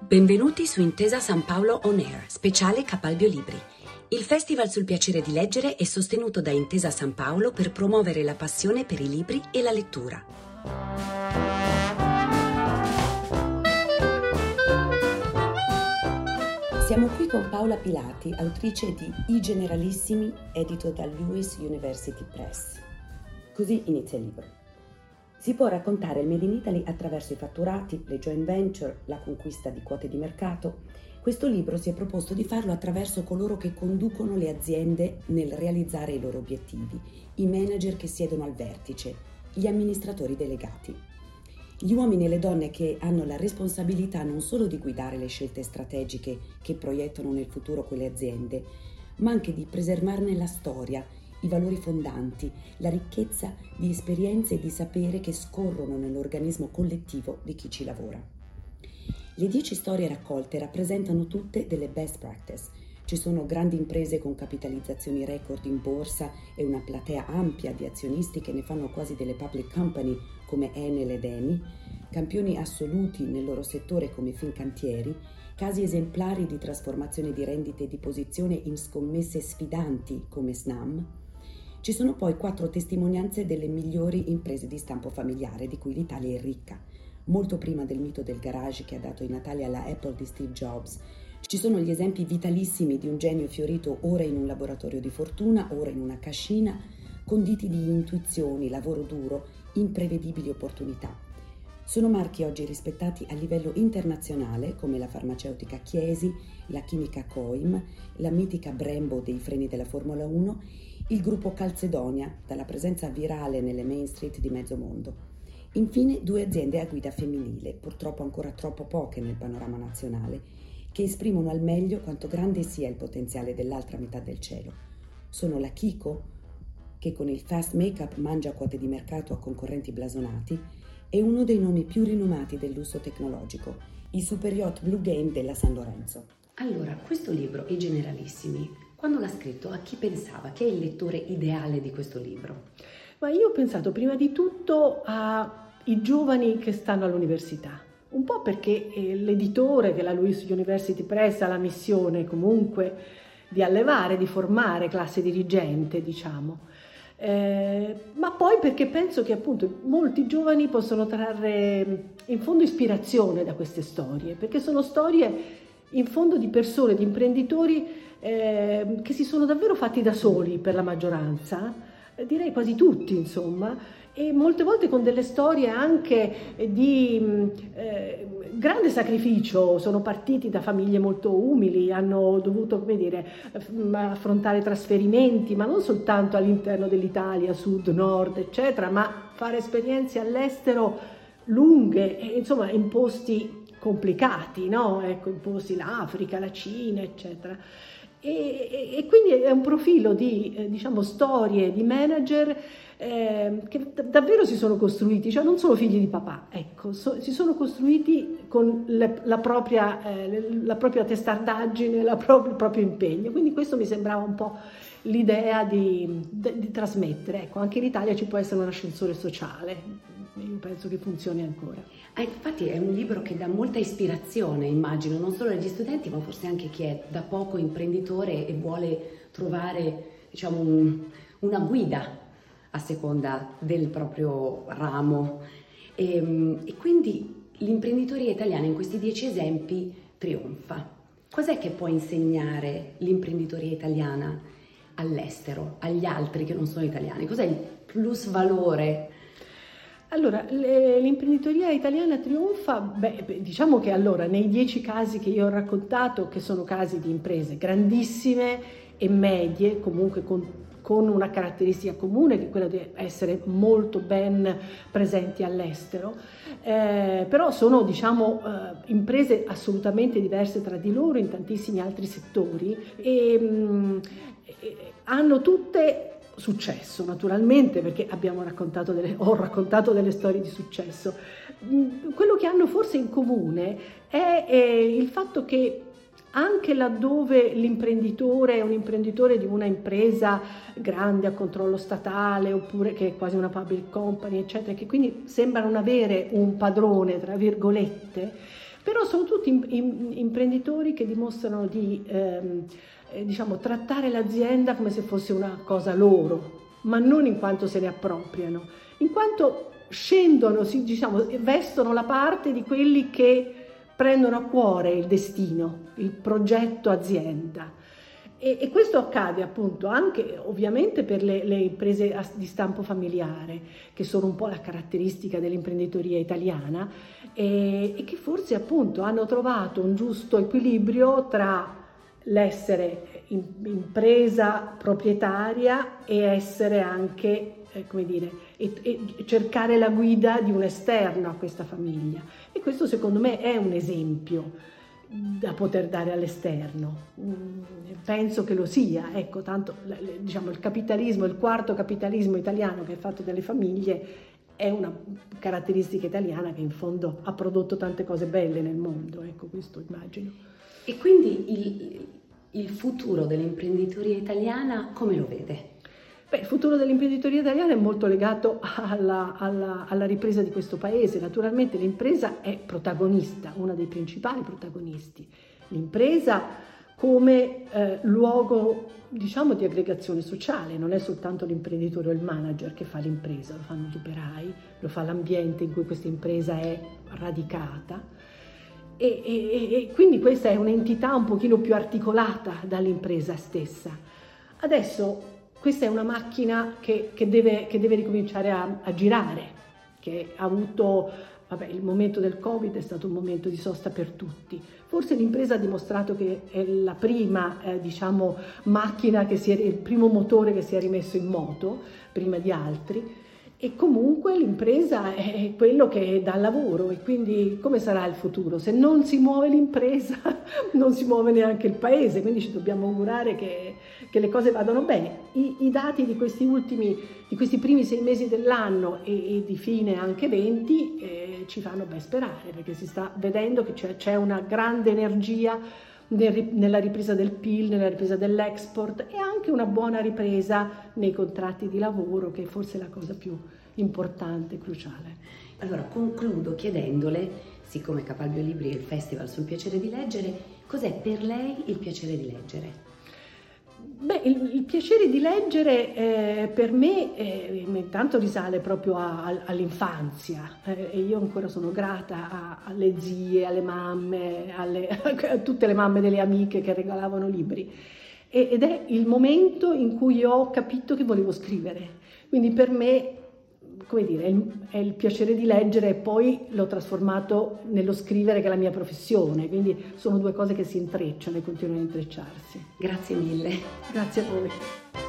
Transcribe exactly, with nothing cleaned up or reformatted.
Benvenuti su Intesa San Paolo On Air, speciale Capalbio Libri. Il festival sul piacere di leggere è sostenuto da Intesa San Paolo per promuovere la passione per i libri e la lettura. Siamo qui con Paola Pilati, autrice di I Generalissimi, edito da Lewis University Press. Così inizia il libro. Si può raccontare il Made in Italy attraverso i fatturati, le joint venture, la conquista di quote di mercato. Questo libro si è proposto di farlo attraverso coloro che conducono le aziende nel realizzare i loro obiettivi, i manager che siedono al vertice, gli amministratori delegati. Gli uomini e le donne che hanno la responsabilità non solo di guidare le scelte strategiche che proiettano nel futuro quelle aziende, ma anche di preservarne la storia, i valori fondanti, la ricchezza di esperienze e di sapere che scorrono nell'organismo collettivo di chi ci lavora. Le dieci storie raccolte rappresentano tutte delle best practice. Ci sono grandi imprese con capitalizzazioni record in borsa e una platea ampia di azionisti che ne fanno quasi delle public company come Enel ed Eni, campioni assoluti nel loro settore come Fincantieri, casi esemplari di trasformazione di rendite e di posizione in scommesse sfidanti come Snam. Ci sono poi quattro testimonianze delle migliori imprese di stampo familiare di cui l'Italia è ricca, molto prima del mito del garage che ha dato i natali alla Apple di Steve Jobs. Ci sono gli esempi vitalissimi di un genio fiorito ora in un laboratorio di fortuna, ora in una cascina, conditi di intuizioni, lavoro duro, imprevedibili opportunità. Sono marchi oggi rispettati a livello internazionale come la farmaceutica Chiesi, la chimica Coim, la mitica Brembo dei freni della Formula uno, il gruppo Calzedonia, dalla presenza virale nelle Main Street di mezzo mondo. Infine due aziende a guida femminile, purtroppo ancora troppo poche nel panorama nazionale, che esprimono al meglio quanto grande sia il potenziale dell'altra metà del cielo. Sono la Kiko, che con il fast make-up mangia quote di mercato a concorrenti blasonati, e uno dei nomi più rinomati del lusso tecnologico, il super yacht Blue Game della San Lorenzo. Allora, questo libro, I Generalissimi, quando l'ha scritto, a chi pensava? Chi è il lettore ideale di questo libro? Ma io ho pensato prima di tutto ai giovani che stanno all'università, un po' perché l'editore, che è la Lewis University Press, ha la missione comunque di allevare, di formare classe dirigente, diciamo. Eh, ma poi perché penso che appunto molti giovani possono trarre in fondo ispirazione da queste storie, perché sono storie in fondo di persone, di imprenditori eh, che si sono davvero fatti da soli per la maggioranza, eh, direi quasi tutti insomma, e molte volte con delle storie anche di eh, grande sacrificio. Sono partiti da famiglie molto umili, hanno dovuto, come dire, affrontare trasferimenti, ma non soltanto all'interno dell'Italia, sud, nord, eccetera, ma fare esperienze all'estero lunghe, e, insomma, in posti complicati, no? Ecco, in posti l'Africa, la Cina, eccetera. E, e, e quindi è un profilo di, eh, diciamo, storie di manager eh, che d- davvero si sono costruiti, cioè non sono figli di papà, ecco, so, si sono costruiti con le, la, propria, eh, la propria testardaggine, la pro- il proprio impegno. Quindi questo mi sembrava un po' l'idea di, di, di trasmettere. Ecco, anche in Italia ci può essere un ascensore sociale. Io penso che funzioni ancora. Ah, infatti è un libro che dà molta ispirazione, immagino, non solo agli studenti, ma forse anche chi è da poco imprenditore e vuole trovare, diciamo, un, una guida a seconda del proprio ramo. E, e quindi l'imprenditoria italiana in questi dieci esempi trionfa. Cos'è che può insegnare l'imprenditoria italiana all'estero, agli altri che non sono italiani? Cos'è il plus valore? Allora, le, l'imprenditoria italiana trionfa, beh, diciamo che allora nei dieci casi che io ho raccontato, che sono casi di imprese grandissime e medie, comunque con, con una caratteristica comune, che è quella di essere molto ben presenti all'estero, eh, però sono, diciamo, eh, imprese assolutamente diverse tra di loro in tantissimi altri settori e mh, hanno tutte successo, naturalmente, perché abbiamo raccontato delle, ho raccontato delle storie di successo. Quello che hanno forse in comune è, è il fatto che anche laddove l'imprenditore è un imprenditore di una impresa grande a controllo statale, oppure che è quasi una public company, eccetera, che quindi sembra non avere un padrone, tra virgolette, Però sono tutti in, in, imprenditori che dimostrano di ehm, eh, diciamo, trattare l'azienda come se fosse una cosa loro, ma non in quanto se ne appropriano, in quanto scendono, si, diciamo, vestono la parte di quelli che prendono a cuore il destino, il progetto azienda. E, e questo accade appunto anche ovviamente per le, le imprese di stampo familiare, che sono un po' la caratteristica dell'imprenditoria italiana e, e che forse appunto hanno trovato un giusto equilibrio tra l'essere in, impresa proprietaria e essere anche, eh, come dire, e, e cercare la guida di un esterno a questa famiglia. E questo secondo me è un esempio da poter dare all'esterno. Penso che lo sia, ecco, tanto diciamo il capitalismo, il quarto capitalismo italiano che è fatto delle famiglie è una caratteristica italiana che in fondo ha prodotto tante cose belle nel mondo, ecco, questo immagino. E quindi il, il futuro dell'imprenditoria italiana come lo vede? Beh, il futuro dell'imprenditoria italiana è molto legato alla, alla, alla ripresa di questo paese. Naturalmente l'impresa è protagonista, una dei principali protagonisti. L'impresa come eh, luogo, diciamo, di aggregazione sociale, non è soltanto l'imprenditore o il manager che fa l'impresa, lo fanno gli operai, lo fa l'ambiente in cui questa impresa è radicata. E, e, e quindi questa è un'entità un pochino più articolata dall'impresa stessa. Adesso questa è una macchina che, che, deve, che deve ricominciare a, a girare, che ha avuto, vabbè, il momento del Covid è stato un momento di sosta per tutti. Forse l'impresa ha dimostrato che è la prima, eh, diciamo, macchina, che si è, il primo motore che si è rimesso in moto, prima di altri. E comunque l'impresa è quello che dà lavoro e quindi come sarà il futuro? Se non si muove l'impresa non si muove neanche il paese, quindi ci dobbiamo augurare che, che le cose vadano bene. I, i dati di questi ultimi, di questi primi sei mesi dell'anno e, e di fine anche venti eh, ci fanno ben sperare, perché si sta vedendo che c'è, c'è una grande energia nella ripresa del P I L, nella ripresa dell'export e anche una buona ripresa nei contratti di lavoro, che è forse la cosa più importante e cruciale. Allora concludo chiedendole, siccome Capalbio Libri è il festival sul piacere di leggere, cos'è per lei il piacere di leggere? Beh, il, il piacere di leggere eh, per me eh, intanto risale proprio a, a, all'infanzia eh, e io ancora sono grata a, alle zie, alle mamme, alle, a tutte le mamme delle amiche che regalavano libri e, ed è il momento in cui ho capito che volevo scrivere, quindi per me, come dire, è il, è il piacere di leggere e poi l'ho trasformato nello scrivere, che è la mia professione, quindi sono due cose che si intrecciano e continuano a intrecciarsi. Grazie mille. Grazie a voi.